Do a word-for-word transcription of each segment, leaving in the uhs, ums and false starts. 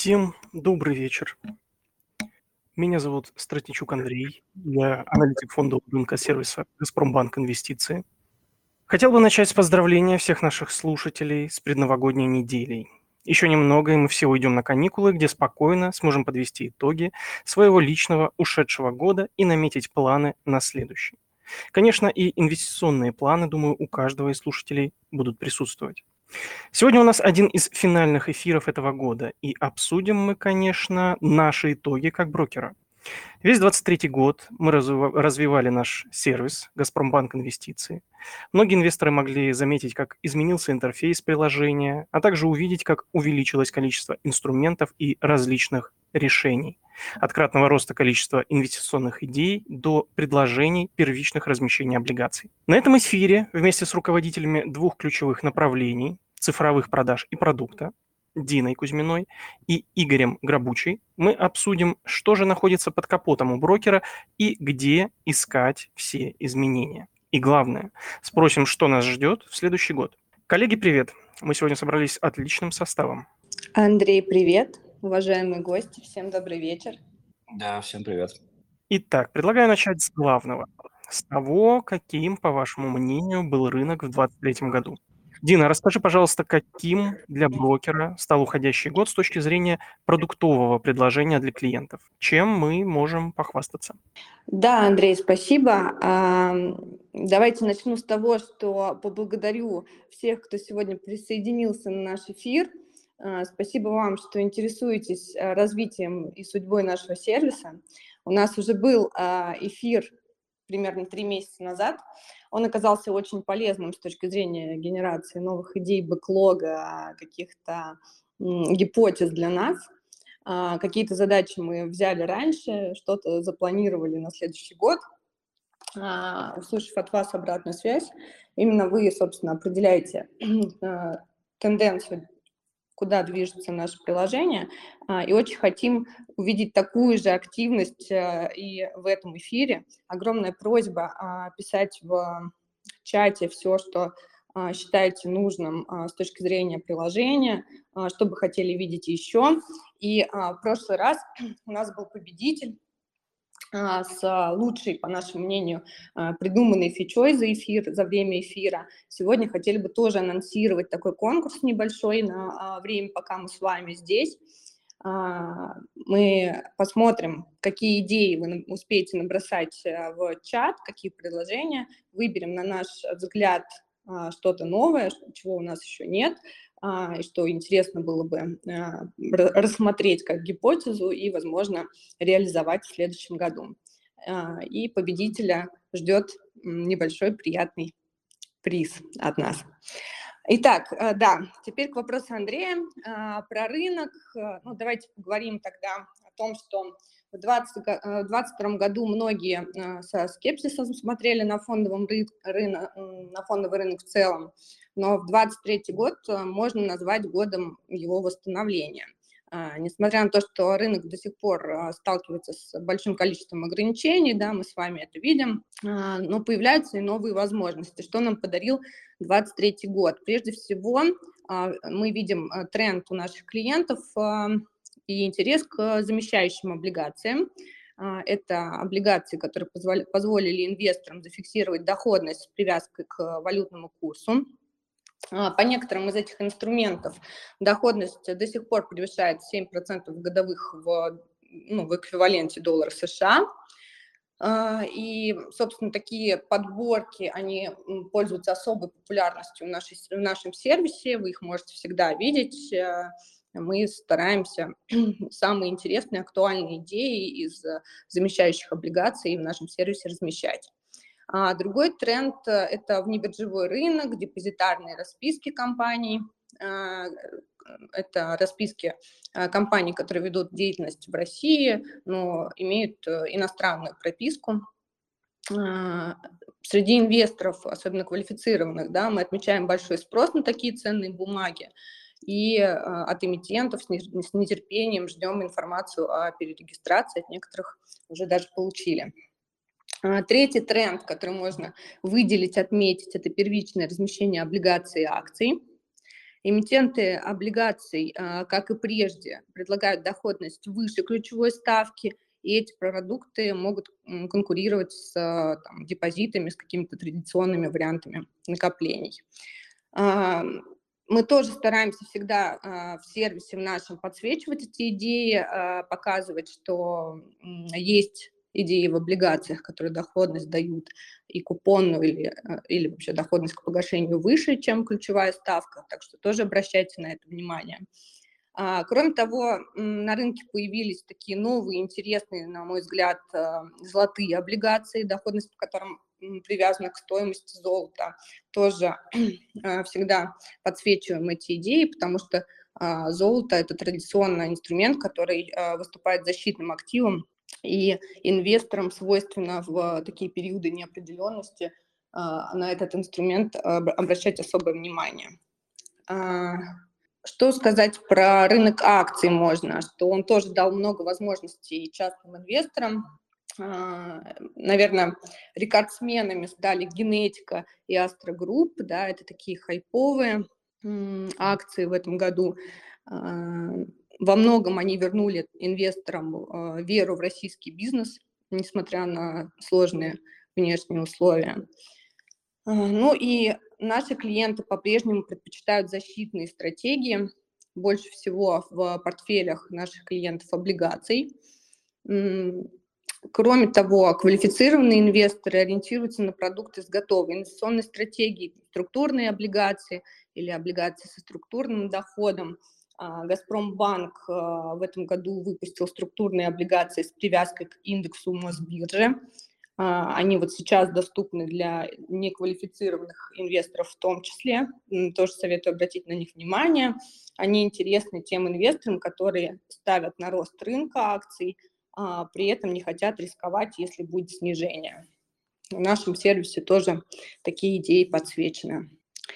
Всем добрый вечер. Меня зовут Стратничук Андрей. Я аналитик фондового рынка сервиса «Газпромбанк Инвестиции». Хотел бы начать с поздравления всех наших слушателей с предновогодней неделей. Еще немного, и мы все уйдем на каникулы, где спокойно сможем подвести итоги своего личного ушедшего года и наметить планы на следующий. Конечно, и инвестиционные планы, думаю, у каждого из слушателей будут присутствовать. Сегодня у нас один из финальных эфиров этого года, и обсудим мы, конечно, наши итоги как брокера. Весь двадцать третий год мы развива- развивали наш сервис «Газпромбанк Инвестиции». Многие инвесторы могли заметить, как изменился интерфейс приложения, а также увидеть, как увеличилось количество инструментов и различных решений. От кратного роста количества инвестиционных идей до предложений первичных размещений облигаций. На этом эфире вместе с руководителями двух ключевых направлений цифровых продаж и продукта Диной Кузьминой и Игорем Грабучей мы обсудим, что же находится под капотом у брокера и где искать все изменения. И главное, спросим, что нас ждет в следующий год. Коллеги, привет! Мы сегодня собрались отличным составом. Андрей, привет! Уважаемые гости, всем добрый вечер. Да, всем привет. Итак, предлагаю начать с главного. С того, каким, по вашему мнению, был рынок в двадцать третьем году. Дина, расскажи, пожалуйста, каким для брокера стал уходящий год с точки зрения продуктового предложения для клиентов? Чем мы можем похвастаться? Да, Андрей, спасибо. А, Давайте начну с того, что поблагодарю всех, кто сегодня присоединился на наш эфир. А, Спасибо вам, что интересуетесь а, развитием и судьбой нашего сервиса. У нас уже был а, эфир примерно три месяца назад. Он оказался очень полезным с точки зрения генерации новых идей, бэклога, каких-то м, гипотез для нас. А, Какие-то задачи мы взяли раньше, что-то запланировали на следующий год. А, Услышав от вас обратную связь, именно вы, собственно, определяете а, тенденцию, куда движется наше приложение, а, и очень хотим увидеть такую же активность а, и в этом эфире. Огромная просьба а, писать в чате все, что а, считаете нужным а, с точки зрения приложения, а, что бы хотели видеть еще. И а, в прошлый раз у нас был победитель а, с лучшей, по нашему мнению, а, придуманной фичой за эфир, за время эфира. Сегодня хотели бы тоже анонсировать такой конкурс небольшой на а, время, пока мы с вами здесь. А, Мы посмотрим, какие идеи вы на- успеете набросать а, в чат, какие предложения. Выберем, на наш взгляд, а, что-то новое, ш- чего у нас еще нет, а, и что интересно было бы а, ра- рассмотреть как гипотезу и, возможно, реализовать в следующем году. А, И победителя ждет м, небольшой приятный приз от нас. Итак, э, да, теперь к вопросу Андрея а, про рынок. Э, Ну, давайте поговорим тогда о том, что в двадцать га- э, в двадцать втором году многие э, со скепсисом смотрели на, фондовом ры- рыно- м, на фондовый рынок в целом, но в двадцать третий год э, можно назвать годом его восстановления. А, Несмотря на то, что рынок до сих пор а, сталкивается с большим количеством ограничений, да, мы с вами это видим, а, но появляются и новые возможности. Что нам подарил двадцать третий год? Прежде всего, а, мы видим а, тренд у наших клиентов а, и интерес к замещающим облигациям. А, Это облигации, которые позволи- позволили инвесторам зафиксировать доходность с привязкой к валютному курсу. А, По некоторым из этих инструментов доходность до сих пор превышает семь процентов годовых в, ну, в эквиваленте доллара США. А, И, собственно, такие подборки, они м, пользуются особой популярностью в, нашей, в нашем сервисе, вы их можете всегда видеть. Э, Мы стараемся самые интересные, актуальные идеи из э, замещающих облигаций в нашем сервисе размещать. А другой тренд э, – это внебиржевой рынок, депозитарные расписки компаний. А, Это расписки э, компаний, которые ведут деятельность в России, но имеют э, иностранную прописку. А, Среди инвесторов, особенно квалифицированных, да, мы отмечаем большой спрос на такие ценные бумаги. И э, от эмитентов с не- с нетерпением ждем информацию о перерегистрации, от некоторых уже даже получили. А, Третий тренд, который можно выделить, отметить, это первичное размещение облигаций и акций. Эмитенты облигаций, а, как и прежде, предлагают доходность выше ключевой ставки, и эти продукты могут м, конкурировать с а, там, депозитами, с какими-то традиционными вариантами накоплений. А, Мы тоже стараемся всегда а, в сервисе в нашем подсвечивать эти идеи, а, показывать, что м, есть идеи в облигациях, которые доходность дают и купонную, или, а, или вообще доходность к погашению выше, чем ключевая ставка. Так что тоже обращайте на это внимание. А, Кроме того, м, на рынке появились такие новые, интересные, на мой взгляд, а, золотые облигации, доходность по которым м, привязана к стоимости золота. Тоже а, всегда подсвечиваем эти идеи, потому что а, золото – это традиционный инструмент, который а, выступает защитным активом, и инвесторам свойственно в такие периоды неопределенности а, на этот инструмент об- обращать особое внимание. А, Что сказать про рынок акций можно? Что он тоже дал много возможностей частным инвесторам. Наверное, рекордсменами стали Генетика и Астра Групп, да, это такие хайповые м, акции в этом году. А, Во многом они вернули инвесторам а, веру в российский бизнес, несмотря на сложные внешние условия. А, Ну и наши клиенты по-прежнему предпочитают защитные стратегии, больше всего в портфелях наших клиентов облигаций. М, Кроме того, квалифицированные инвесторы ориентируются на продукты с готовой инвестиционной стратегией, структурные облигации или облигации со структурным доходом. А, Газпромбанк а, в этом году выпустил структурные облигации с привязкой к индексу Мосбиржи. А, Они вот сейчас доступны для неквалифицированных инвесторов в том числе. М, Тоже советую обратить на них внимание. Они интересны тем инвесторам, которые ставят на рост рынка акций, а, при этом не хотят рисковать, если будет снижение. В нашем сервисе тоже такие идеи подсвечены.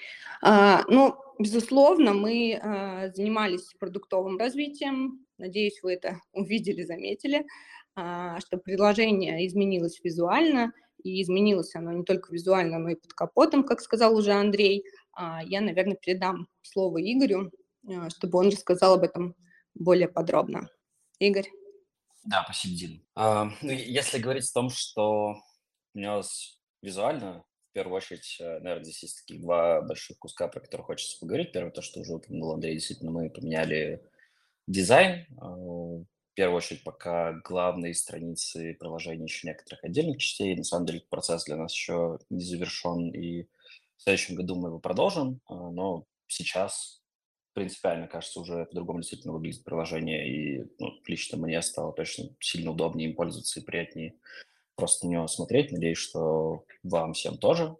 А, Ну, безусловно, мы а, занимались продуктовым развитием. Надеюсь, вы это увидели, заметили, а, что приложение изменилось визуально, и изменилось оно не только визуально, но и под капотом, как сказал уже Андрей. А, Я, наверное, передам слово Игорю, а, чтобы он рассказал об этом более подробно. Игорь. Да, спасибо, Дин. А, ну, е- если говорить о том, что менялось визуально, в первую очередь, э, наверное, здесь есть такие два больших куска, про которые хочется поговорить. Первое, то, что уже упомянул Андрей, действительно, мы поменяли дизайн. А, В первую очередь, пока главные страницы приложения еще некоторых отдельных частей. На самом деле, этот процесс для нас еще не завершен, и в следующем году мы его продолжим. А, Но сейчас принципиально, кажется, уже по-другому действительно выглядит приложение, и ну, лично мне стало точно сильно удобнее им пользоваться и приятнее просто на него смотреть. Надеюсь, что вам всем тоже.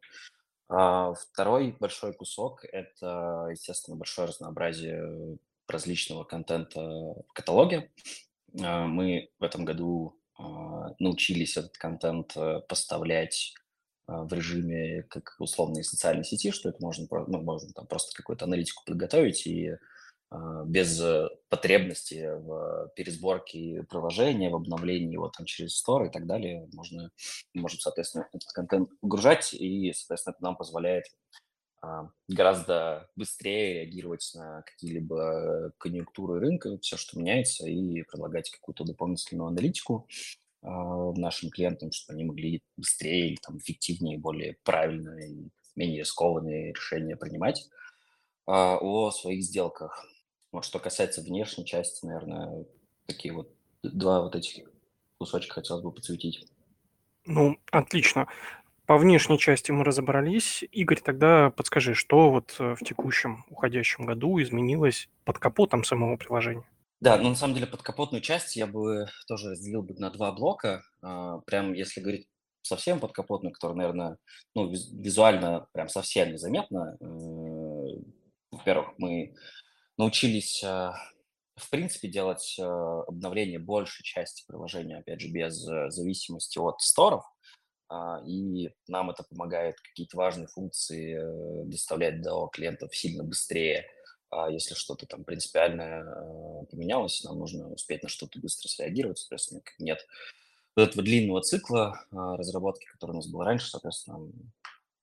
А второй большой кусок – это, естественно, большое разнообразие различного контента в каталоге. А, Мы в этом году а, научились этот контент э, поставлять а, в режиме как условные социальные сети, что это можно, про- ну, можно там просто какую-то аналитику подготовить и а, без э, потребности в пересборке приложения, в обновлении его там через Store и так далее, можно, можем, соответственно, этот контент выгружать, и, соответственно, это нам позволяет а, гораздо быстрее реагировать на какие-либо конъюнктуры рынка, все, что меняется, и предлагать какую-то дополнительную аналитику а, нашим клиентам, чтобы они могли быстрее, или там, эффективнее, более правильные и менее рискованные решения принимать а, о своих сделках. Вот что касается внешней части, наверное, такие вот два вот этих кусочка хотелось бы подсветить. Ну, отлично. По внешней части мы разобрались. Игорь, тогда подскажи, что вот э, в текущем уходящем году изменилось под капотом самого приложения? Да, ну на самом деле подкапотную часть я бы тоже разделил бы на два блока. А, Прям если говорить совсем подкапотную, которая, наверное, ну, виз- визуально прям совсем незаметно. э, Во-первых, мы научились, а, в принципе, делать а, обновление большей части приложения, опять же, без э, зависимости от сторов. А, И нам это помогает какие-то важные функции э, доставлять до клиентов сильно быстрее. А Если что-то там принципиальное э, поменялось, нам нужно успеть на что-то быстро среагировать, соответственно, как нет вот этого длинного цикла а, разработки, который у нас был раньше, соответственно,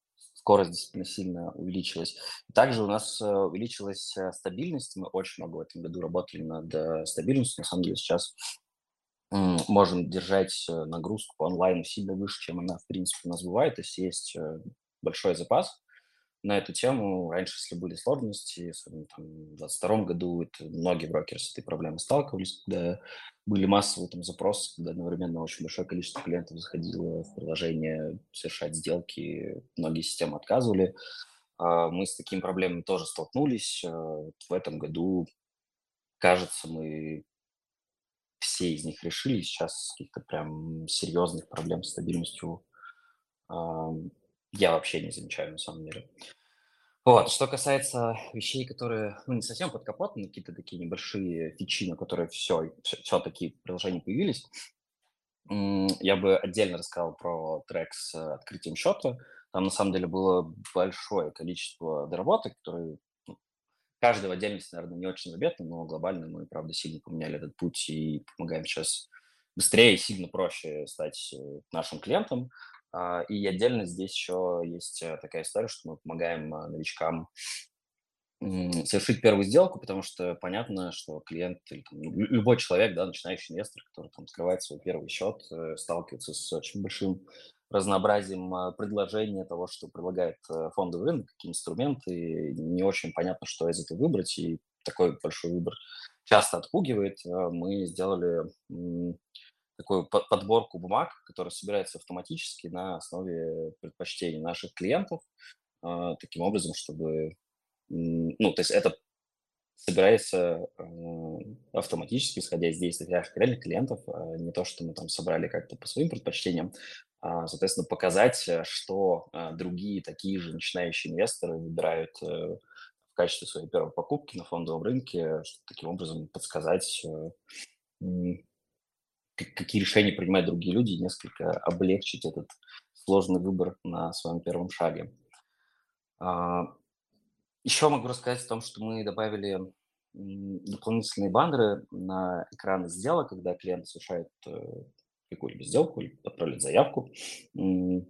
скорость действительно сильно увеличилась. Также у нас э, увеличилась э, стабильность. Мы очень много в этом году работали над э, стабильностью. На самом деле сейчас м, можем держать э, нагрузку по онлайну сильно выше, чем она, в принципе, у нас бывает. То есть есть э, большой запас на эту тему. Раньше, если были сложности, особенно там, в двадцать втором году, это многие брокеры с этой проблемой сталкивались, когда были массовые там запросы, когда одновременно очень большое количество клиентов заходило в приложение совершать сделки, многие системы отказывали. А, Мы с такими проблемами тоже столкнулись. А, вот В этом году, кажется, мы все из них решили. Сейчас каких-то прям серьезных проблем с стабильностью а, я вообще не замечаю на самом деле. Вот, что касается вещей, которые, ну, не совсем под капотом, но какие-то такие небольшие фичи, на которые все, все-таки в приложении появились, м, я бы отдельно рассказал про трек с э, открытием счета. Там, на самом деле, было большое количество доработок, которые, ну, каждая в отдельности, наверное, не очень заметна, но глобально мы, правда, сильно поменяли этот путь и помогаем сейчас быстрее и сильно проще стать э, нашим клиентом. А, И отдельно здесь еще есть э, такая история, что мы помогаем э, новичкам м, совершить первую сделку, потому что понятно, что клиент или там, лю- любой человек, да, начинающий инвестор, который там открывает свой первый счет, э, сталкивается с очень большим разнообразием э, предложения того, что предлагает э, фондовый рынок, какие инструменты, и не очень понятно, что из этого выбрать, и такой большой выбор часто отпугивает. Э, Мы сделали м, такую по- подборку бумаг, которая собирается автоматически на основе предпочтений наших клиентов, а, таким образом, чтобы М, ну, то есть это собирается, э, автоматически, исходя из действий наших реальных клиентов, а не то, что мы там собрали как-то по своим предпочтениям. А, соответственно, показать, э, что, а, другие такие же начинающие инвесторы выбирают, э, в качестве своей первой покупки на фондовом рынке, чтобы таким образом подсказать, э, м, к какие решения принимают другие люди и несколько облегчить этот сложный выбор на своем первом шаге. А Еще могу рассказать о том, что мы добавили м, дополнительные баннеры на экраны сделок, когда клиент совершает э, какую-либо сделку или отправляет заявку. М,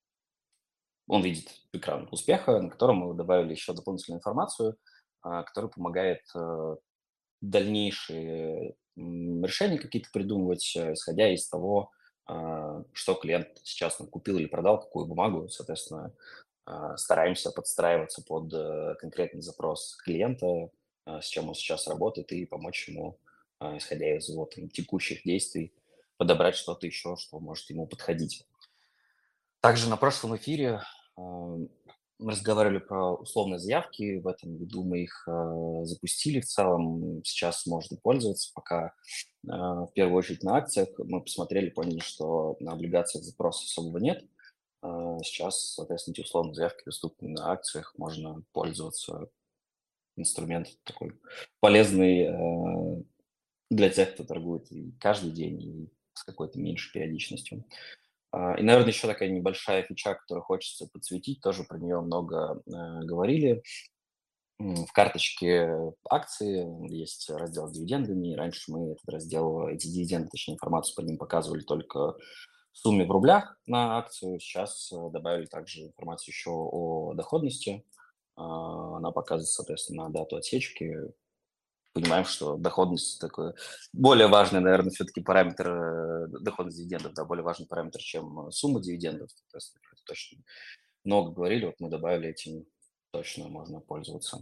Он видит экран успеха, на котором мы добавили еще дополнительную информацию, а, которая помогает э, дальнейшие м, решения какие-то придумывать, э, исходя из того, а, что клиент сейчас там, купил или продал, какую бумагу, соответственно, а, стараемся подстраиваться под э, конкретный запрос клиента, а, с чем он сейчас работает, и помочь ему, а, исходя из его там, текущих действий, подобрать что-то еще, что может ему подходить. Также на прошлом эфире а, мы разговаривали про условные заявки. В этом году мы их а, запустили в целом. Сейчас можно пользоваться, пока а, в первую очередь на акциях. Мы посмотрели, поняли, что на облигациях запроса особого нет. А, Сейчас, соответственно, эти условные заявки доступны на акциях. Можно пользоваться. Инструмент такой полезный э, для тех, кто торгует и каждый день, и с какой-то меньшей периодичностью. А, И, наверное, еще такая небольшая фича, которую хочется подсветить, тоже про нее много э, говорили. М, В карточке акции есть раздел с дивидендами. Раньше мы этот раздел, эти дивиденды, точнее, информацию по ним показывали только в сумме в рублях на акцию. Сейчас э, добавили также информацию еще о доходности. А, Она показывает, соответственно, дату отсечки. Понимаем, что доходность такой более важный, наверное, все-таки параметр, э, доходность дивидендов, да, более важный параметр, чем э, сумма дивидендов. Соответственно, это точно много говорили, вот мы добавили этим, точно можно пользоваться.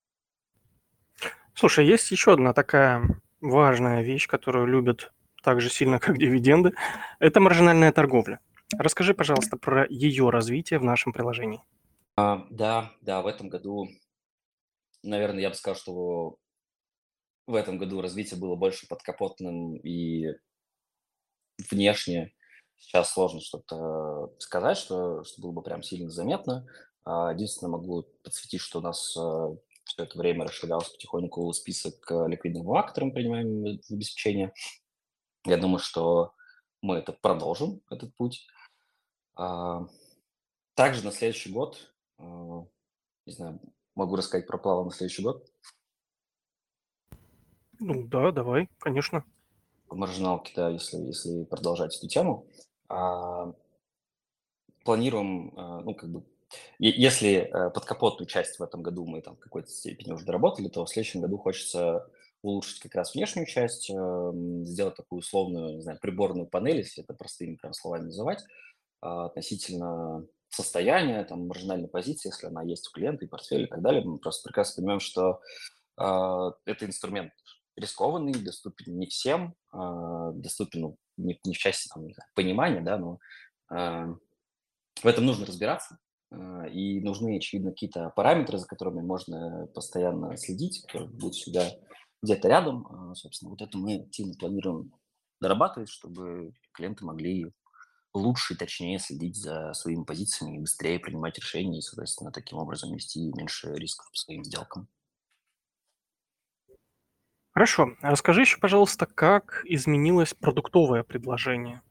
Слушай, есть еще одна такая важная вещь, которую любят так же сильно, как дивиденды. Это маржинальная торговля. Расскажи, пожалуйста, про ее развитие в нашем приложении. А, да, да, в этом году, наверное, я бы сказал, что в этом году развитие было больше подкапотным и внешне. Сейчас сложно что-то сказать, что, что было бы прям сильно заметно. А, Единственное, могу подсветить, что у нас все это время расширялся потихоньку список э, ликвидных бумаг, которые мы принимаем в обеспечение. Я думаю, что мы это продолжим, этот путь. А, Также на следующий год, а, не знаю, могу рассказать про планы на следующий год. Ну да, давай, конечно. В маржиналке, да, если, если продолжать эту тему. А, Планируем, а, ну, как бы е- если э, подкапотную часть в этом году мы там в какой-то степени уже доработали, то в следующем году хочется улучшить как раз внешнюю часть, эм, сделать такую условную, не знаю, приборную панель, если это простыми прям словами называть, а, относительно состояния, там, маржинальной позиции, если она есть у клиента и портфеля и так далее. Мы просто прекрасно понимаем, что а, это инструмент рискованный, доступен не всем, а, доступен ну, не, не в части там, не знаю, понимания, да, но а, в этом нужно разбираться, а, и нужны, очевидно, какие-то параметры, за которыми можно постоянно следить, которые будут всегда где-то рядом. А, Собственно, вот это мы активно планируем дорабатывать, чтобы клиенты могли лучше и точнее следить за своими позициями и быстрее принимать решения, и, соответственно, таким образом нести меньше рисков по своим сделкам. Хорошо. Расскажи еще, пожалуйста, как изменилось продуктовое предложение?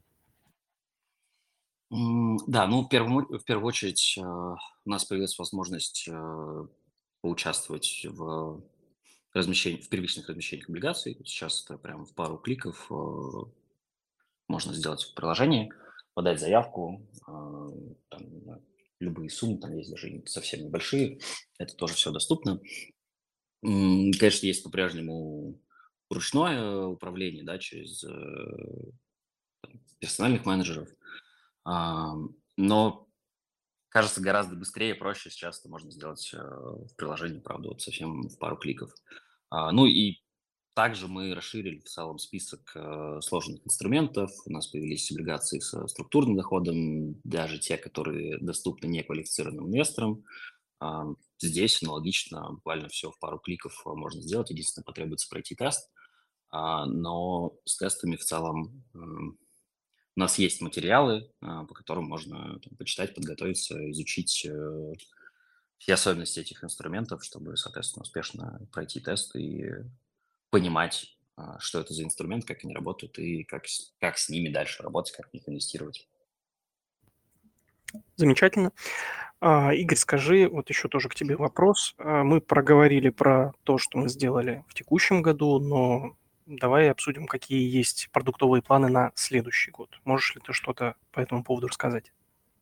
М, Да, ну, в первую, в первую очередь э, у нас появилась возможность э, поучаствовать в размещении, в первичных размещениях облигаций. Сейчас это прям в пару кликов э, можно сделать в приложении, подать заявку, э, там, не знаю, любые суммы, там есть даже и совсем небольшие, это тоже все доступно. М, Конечно, есть по-прежнему ручное управление, да, через э, персональных менеджеров, А, но кажется, гораздо быстрее и проще сейчас это можно сделать, э, в приложении, правда, вот совсем в пару кликов. А, ну и также мы расширили в целом список, э, сложных инструментов. У нас появились облигации со структурным доходом, даже те, которые доступны неквалифицированным инвесторам. А, Здесь аналогично, буквально все в пару кликов э, можно сделать. Единственное, потребуется пройти тест. А, но с тестами в целом, м, у нас есть материалы, а, по которым можно там почитать, подготовиться, изучить, э, все особенности этих инструментов, чтобы, соответственно, успешно пройти тест и понимать, а, что это за инструмент, как они работают и как с как с ними дальше работать, как в них инвестировать. Замечательно. А, Игорь, скажи, вот еще тоже к тебе вопрос. А, Мы проговорили про то, что мы сделали в текущем году, но давай обсудим, какие есть продуктовые планы на следующий год. Можешь ли ты что-то по этому поводу рассказать?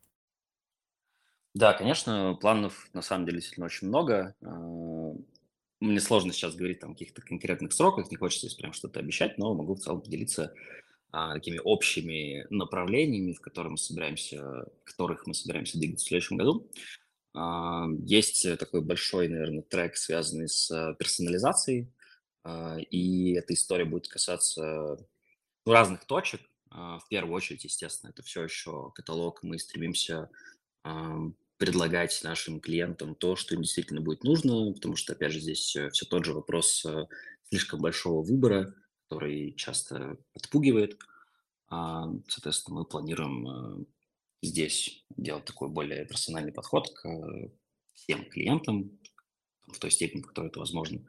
Да, конечно, планов на самом деле действительно очень много. А, Мне сложно сейчас говорить там о каких-то конкретных сроках, не хочется здесь прям что-то обещать, но могу в целом поделиться а, такими общими направлениями, в которых мы собираемся, в которых мы собираемся двигаться в следующем году. А, Есть э, такой большой, наверное, трек, связанный с э, персонализацией, а, и эта история будет касаться ну, разных точек. А, В первую очередь, естественно, это все еще каталог. Мы стремимся ам, предлагать нашим клиентам то, что им действительно будет нужно, потому что, опять же, здесь все тот же вопрос э, слишком большого выбора, который часто отпугивает. А, Соответственно, мы планируем э, здесь делать такой более персональный подход к э, всем клиентам в той степени, в которой это возможно.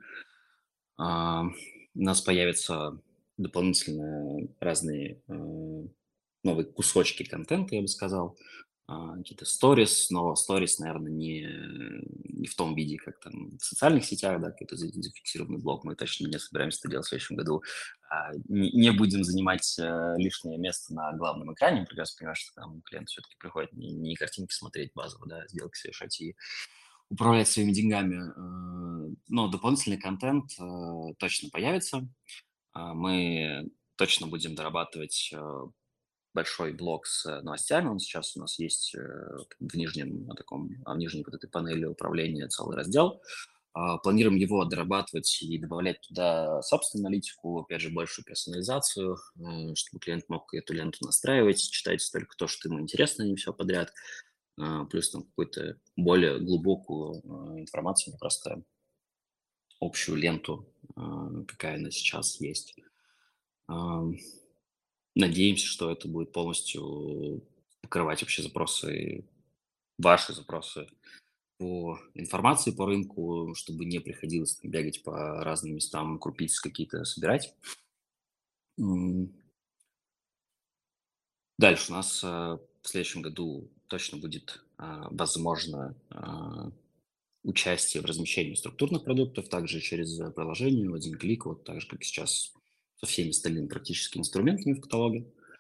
А, У нас появятся дополнительные разные э, новые кусочки контента, я бы сказал, а, какие-то сторис, но сторис, наверное, не, не в том виде, как там в социальных сетях, да, какой-то за- зафиксированный блог. Мы точно не собираемся это делать в следующем году. А, Не, не будем занимать э, лишнее место на главном экране. Мы прекрасно понимаем, что там клиент все-таки приходит не, не картинки смотреть базово, да, а сделки совершать и управлять своими деньгами. Э, Но дополнительный контент э, точно появится. А, Мы точно будем дорабатывать э, большой блок с э, новостями. Он сейчас у нас есть э, в нижнем, на таком, а в нижней вот этой панели управления целый раздел. А, Планируем его дорабатывать и добавлять туда собственную аналитику, опять же, большую персонализацию, э, чтобы клиент мог эту ленту настраивать, читать только то, что ему интересно, а не все подряд. А, Плюс там какую-то более глубокую э, информацию, не просто общую ленту, а, какая она сейчас есть. А, Надеемся, что это будет полностью покрывать вообще запросы, ваши запросы по информации по рынку, чтобы не приходилось там бегать по разным местам, крупицы какие-то собирать. М, Дальше у нас э, в следующем году точно будет а, возможно а, участие в размещении структурных продуктов, также через э, приложение в один клик, вот так же, как сейчас со всеми остальными практически инструментами в каталоге.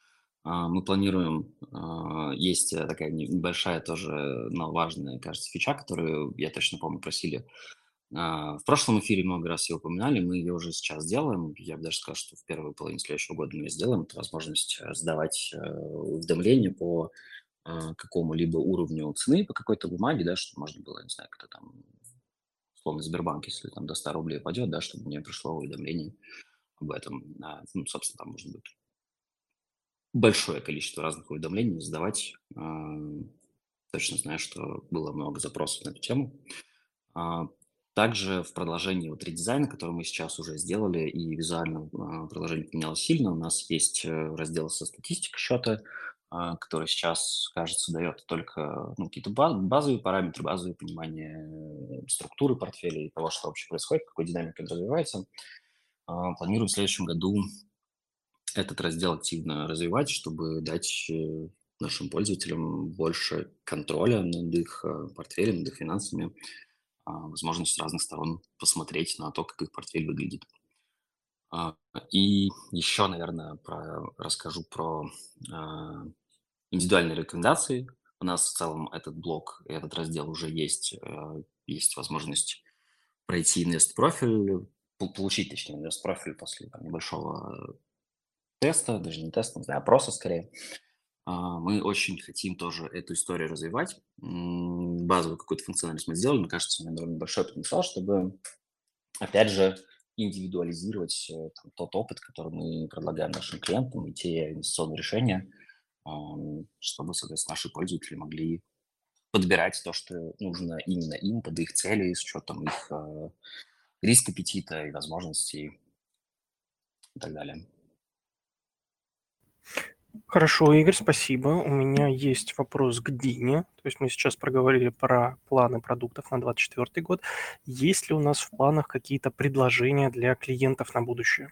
А, Мы планируем, а, есть э, такая не- небольшая тоже, но важная, кажется, фича, которую, я точно помню, просили. А, В прошлом эфире много раз ее упоминали, мы ее уже сейчас делаем. Я бы даже сказал, что в первой половине следующего года мы ее сделаем. Это возможность э, сдавать э, уведомления по а, какому-либо уровню цены по какой-то бумаге, да, чтобы можно было, не знаю, кто там, условно, Сбербанк, если там до ста рублей упадет, да, чтобы мне пришло уведомление об этом. А, ну, собственно, там может быть большое количество разных уведомлений сдавать. А, Точно знаю, что было много запросов на эту тему. А, Также в продолжении вот редизайна, который мы сейчас уже сделали, и визуально а, приложение поменялось сильно, у нас есть э, раздел со статистикой счета, а, который сейчас, кажется, дает только ну, какие-то ба- базовые параметры, базовые понимания э, структуры портфеля и того, что вообще происходит, какой динамикой он развивается. А, Планирую в следующем году этот раздел активно развивать, чтобы дать э, нашим пользователям больше контроля над их э, портфелем, над их финансами, а, возможность с разных сторон посмотреть на то, как их портфель выглядит. А, И еще, наверное, про, расскажу про а, индивидуальные рекомендации. У нас в целом этот блок, этот раздел уже есть. э, Есть возможность пройти инвест-профиль, пол- получить, точнее, инвест-профиль после там, небольшого теста, даже не теста, не знаю, опроса скорее. А, Мы очень хотим тоже эту историю развивать. М, Базовую какую-то функциональность мы сделали, мне кажется, у меня довольно большой потенциал, чтобы, опять же, индивидуализировать э, там, тот опыт, который мы предлагаем нашим клиентам, и те инвестиционные решения, ам, чтобы, соответственно, наши пользователи могли подбирать то, что нужно именно им, под их цели, с учетом их э, риск аппетита и возможностей и так далее. Хорошо, Игорь, спасибо. У меня есть вопрос к Дине. То есть мы сейчас проговорили про планы продуктов на двадцать четвёртый год. Есть ли у нас в планах какие-то предложения для клиентов на будущее?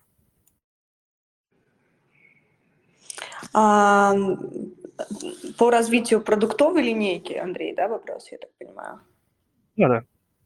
А, м, По развитию продуктовой линейки, Андрей, да, вопрос, я так понимаю? Да-да.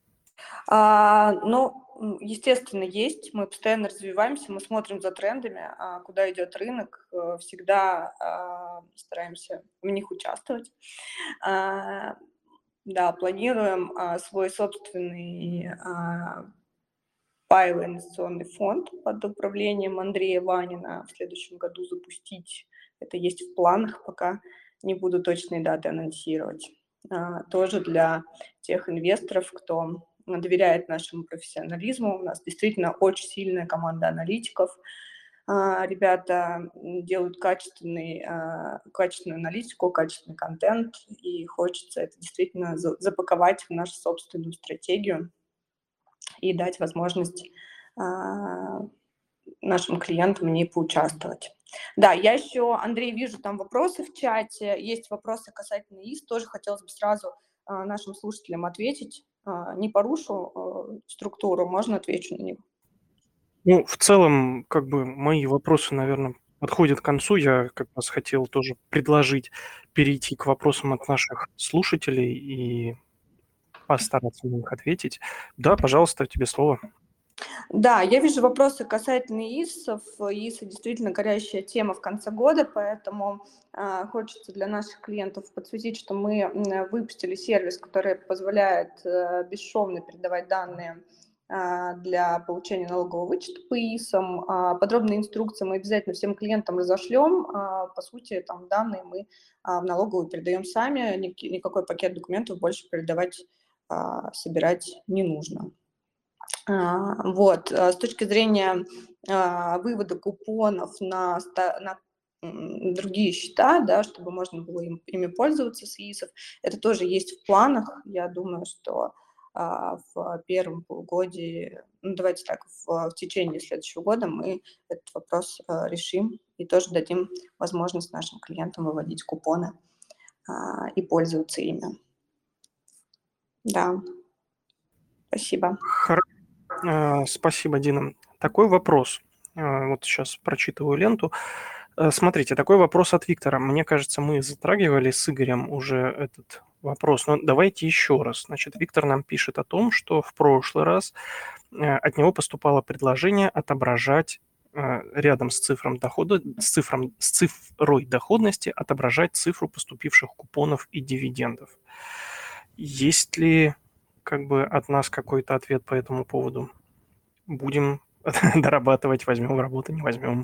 А, ну, м, естественно, есть. Мы постоянно развиваемся, мы смотрим за трендами, а, куда идет рынок, э, всегда а, стараемся в них участвовать. А, да, планируем а, свой собственный а, паевый инвестиционный фонд под управлением Андрея Ванина в следующем году запустить. Это есть в планах, пока не буду точные даты анонсировать. А, тоже для тех инвесторов, кто доверяет нашему профессионализму. У нас действительно очень сильная команда аналитиков. А, Ребята м, делают качественный, а, качественную аналитику, качественный контент, и хочется это действительно за- запаковать в нашу собственную стратегию и дать возможность а, нашим клиентам в ней поучаствовать. Да, я еще, Андрей, вижу там вопросы в чате, есть вопросы касательно ИС, тоже хотелось бы сразу а, нашим слушателям ответить. А, не порушу а, структуру, можно отвечу на них. Ну, в целом, как бы мои вопросы, наверное, подходят к концу. Я как раз хотел тоже предложить перейти к вопросам от наших слушателей и постараться на них ответить. Да, пожалуйста, тебе слово. Да, я вижу вопросы касательно ИСов. ИСы действительно горящая тема в конце года, поэтому э, хочется для наших клиентов подсветить, что мы м, выпустили сервис, который позволяет э, бесшовно передавать данные э, для получения налогового вычета по ИСам. А подробные инструкции мы обязательно всем клиентам разошлем. А, по сути, там данные мы а, в налоговую передаем сами, Ник- никакой пакет документов больше передавать, а, собирать не нужно. А, Вот, а, с точки зрения а, вывода купонов на, ста- на м, другие счета, да, чтобы можно было им, ими пользоваться с ИИСов, это тоже есть в планах. Я думаю, что а, в первом полугодии, ну, давайте так, в, в течение следующего года мы этот вопрос а, решим и тоже дадим возможность нашим клиентам выводить купоны а, и пользоваться ими. Да, спасибо. Хор- э, Спасибо, Дина. Такой вопрос. Э, Вот сейчас прочитываю ленту. Э, Смотрите, такой вопрос от Виктора. Мне кажется, мы затрагивали с Игорем уже этот вопрос, но давайте еще раз. Значит, Виктор нам пишет о том, что в прошлый раз э, от него поступало предложение отображать а, рядом с цифром дохода, с, цифром, с цифрой доходности отображать цифру поступивших купонов и дивидендов. Есть ли как бы от нас какой-то ответ по этому поводу? Будем дорабатывать, возьмем в работу, не возьмем.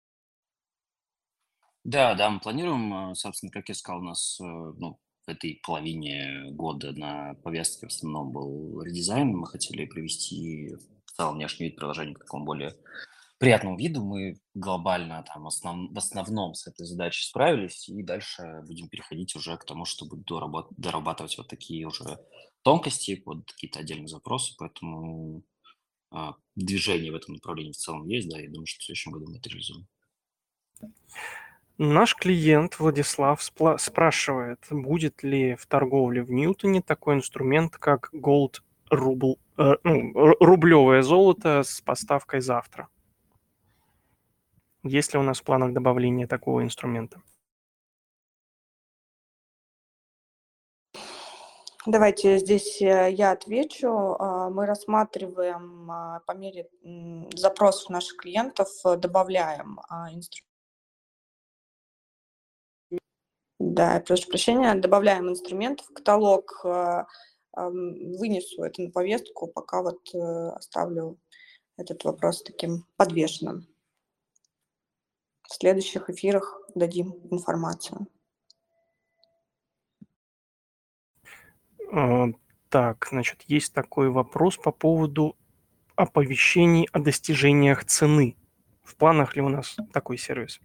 Да, да, мы планируем, э, собственно, как я сказал, у нас, э, ну, в этой половине года на повестке в основном был редизайн. Мы хотели привести в целом внешний вид приложения к такому более приятному виду. Мы глобально там основ- в основном с этой задачей справились, и дальше будем переходить уже к тому, чтобы доработ- дорабатывать вот такие уже тонкости, вот какие-то отдельные запросы, поэтому а, движение в этом направлении в целом есть, да, я думаю, что в следующем году мы это реализуем. Наш клиент Владислав спла- спрашивает, будет ли в торговле в Ньютоне такой инструмент, как Gold Rubl, э, ну, ру- рублевое золото с поставкой завтра. Есть ли у нас в планах добавления такого инструмента? Давайте здесь э, я отвечу. А, Мы рассматриваем а, по мере м, запросов наших клиентов, э, добавляем а, инстру- Да, я прошу прощения, добавляем инструменты в каталог. э, ам, Вынесу это на повестку, пока вот э, оставлю этот вопрос таким подвешенным. В следующих эфирах дадим информацию. Э, Так, значит, есть такой вопрос по поводу оповещений о достижениях цены. В планах ли у нас такой сервис?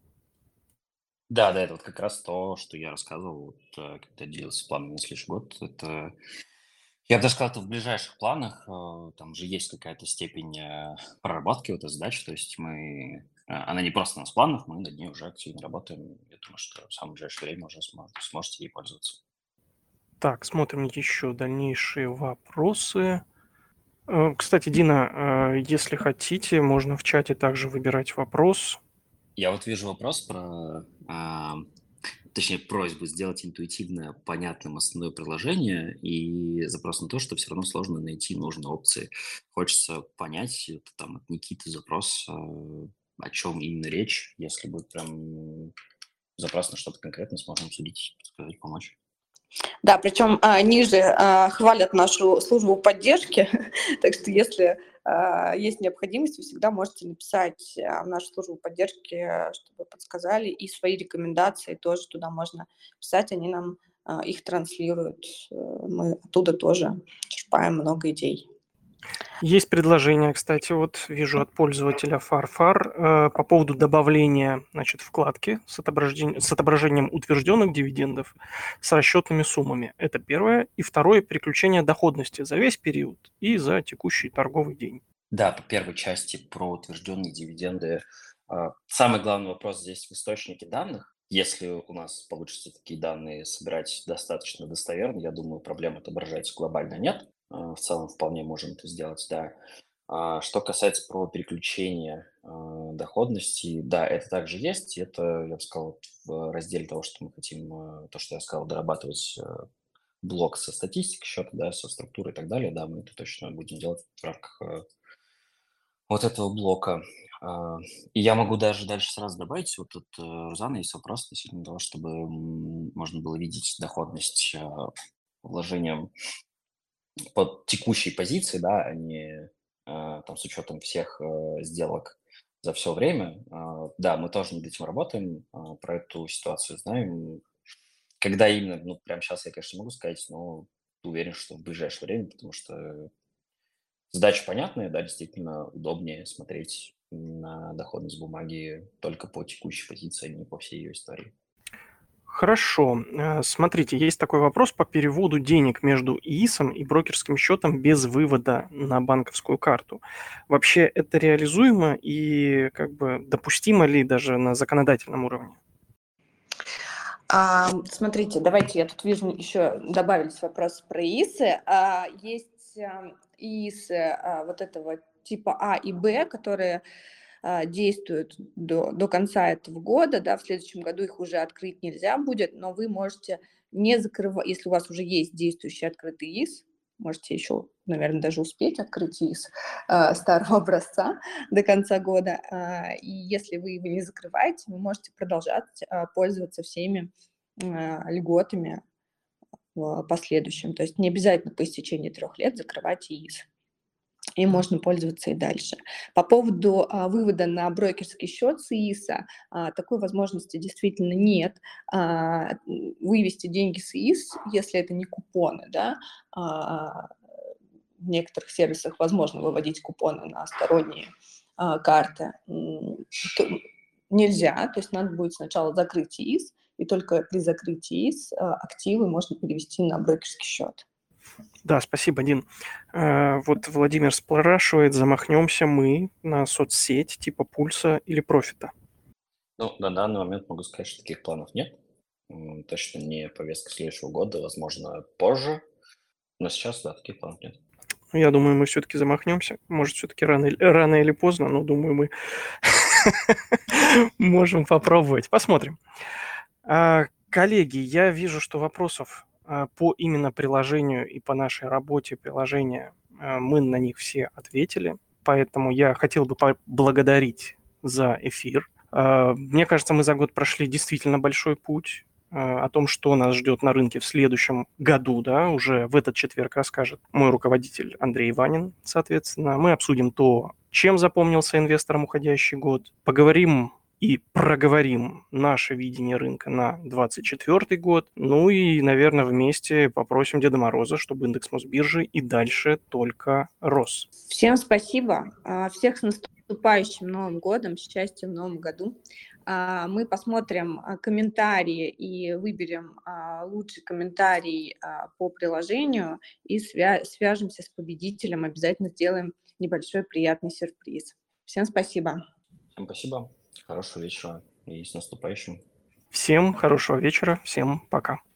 Да, да, это вот как раз то, что я рассказывал, вот, э, когда делился планом на следующий год. Это, я бы даже сказал, это в ближайших планах. э, Там же есть какая-то степень э, проработки вот этой задачи. То есть мы, э, она не просто у нас в планах, мы над ней уже активно работаем. Я думаю, что в самое ближайшее время уже смо- сможете ей пользоваться. Так, смотрим еще дальнейшие вопросы. Э, Кстати, Дина, э, если хотите, можно в чате также выбирать вопрос. Я вот вижу вопрос про, а, точнее, просьбу сделать интуитивно понятным основное приложение и запрос на то, что все равно сложно найти нужные опции. Хочется понять, это там от Никиты запрос, а, о чем именно речь. Если будет прям запрос на что-то конкретное, сможем обсудить, сказать, помочь. Да, причем а, ниже а, хвалят нашу службу поддержки, так что если а, есть необходимость, вы всегда можете написать а, в нашу службу поддержки, а, чтобы подсказали, и свои рекомендации тоже туда можно писать, они нам а, их транслируют. Э, Мы оттуда тоже черпаем много идей. Есть предложение, кстати, вот вижу от пользователя Farfar э, по поводу добавления, значит, вкладки с отображением, с отображением утвержденных дивидендов с расчетными суммами. Это первое. И второе, переключение доходности за весь период и за текущий торговый день. Да, по первой части про утвержденные дивиденды. а, Самый главный вопрос здесь в источнике данных. Если у нас получится такие данные собирать достаточно достоверно, я думаю, проблем отображать глобально нет. А, В целом вполне можем это сделать, да. А Что касается про переключение а, доходности, да, это также есть. И это, я бы сказал, вот в разделе того, что мы хотим, а, то, что я сказал, дорабатывать а, блок со статистикой счета, да, со структурой и так далее, да, мы это точно будем делать в рамках а, вот этого блока. А, И я могу даже дальше сразу добавить, вот тут э, Рузана есть вопрос относительно того, чтобы м, можно было видеть доходность а, вложением под текущей позиции, да, а не а, там с учетом всех э, сделок за все время. А, Да, мы тоже над этим работаем, а, про эту ситуацию знаем. Когда именно, ну, прямо сейчас я, конечно, не могу сказать, но уверен, что в ближайшее время, потому что задача понятная, да, действительно удобнее смотреть на доходность бумаги только по текущей позиции, а не по всей ее истории. Хорошо. Э, Смотрите, есть такой вопрос по переводу денег между ИИСом и брокерским счетом без вывода на банковскую карту. Вообще это реализуемо и как бы допустимо ли даже на законодательном уровне? А, смотрите, давайте я тут вижу еще добавились вопросы про ИИСы. А, есть а, ИИСы а, вот этого типа А и Б, которые а, действуют до, до конца этого года, да, в следующем году их уже открыть нельзя будет, но вы можете не закрывать, если у вас уже есть действующий открытый ИИС, можете еще, наверное, даже успеть открыть ИИС э, старого образца до конца года. Э, и если вы его не закрываете, вы можете продолжать э, пользоваться всеми э, льготами в последующем. То есть не обязательно по истечении трех лет закрывать ИИС. И можно пользоваться и дальше. По поводу а, вывода на брокерский счет с ИИСа, а, такой возможности действительно нет. А, вывести деньги с ИИС, если это не купоны, да, а, в некоторых сервисах возможно выводить купоны на сторонние а, карты, то нельзя, то есть надо будет сначала закрыть ИИС, и только при закрытии ИИС а, активы можно перевести на брокерский счет. Да, спасибо, Дин. Э, Вот Владимир спрашивает, замахнемся мы на соцсеть типа Пульса или Профита? Ну, на данный момент могу сказать, что таких планов нет. М, Точно не повестка следующего года, возможно, позже. Но сейчас, да, таких планов нет. Ну, Я думаю, мы все-таки замахнемся. Может, все-таки рано, или- рано или поздно, но думаю, мы можем попробовать. Посмотрим. А, Коллеги, я вижу, что вопросов а, по именно приложению и по нашей работе приложения а, мы на них все ответили. Поэтому я хотел бы поблагодарить за эфир. А, Мне кажется, мы за год прошли действительно большой путь. А, О том, что нас ждет на рынке в следующем году, да, уже в этот четверг расскажет мой руководитель Андрей Ванин, соответственно. Мы обсудим то, чем запомнился инвесторам уходящий год, поговорим и проговорим наше видение рынка на двадцать четвёртый год. Ну и, наверное, вместе попросим Деда Мороза, чтобы индекс Мосбиржи и дальше только рос. Всем спасибо. А, Всех с наступающим Новым годом, счастья в Новом году. А, Мы посмотрим а, комментарии и выберем а, лучший комментарий а, по приложению и свя- свяжемся с победителем. Обязательно сделаем небольшой приятный сюрприз. Всем спасибо. Всем спасибо, хорошего вечера и с наступающим. Всем хорошего вечера, всем пока.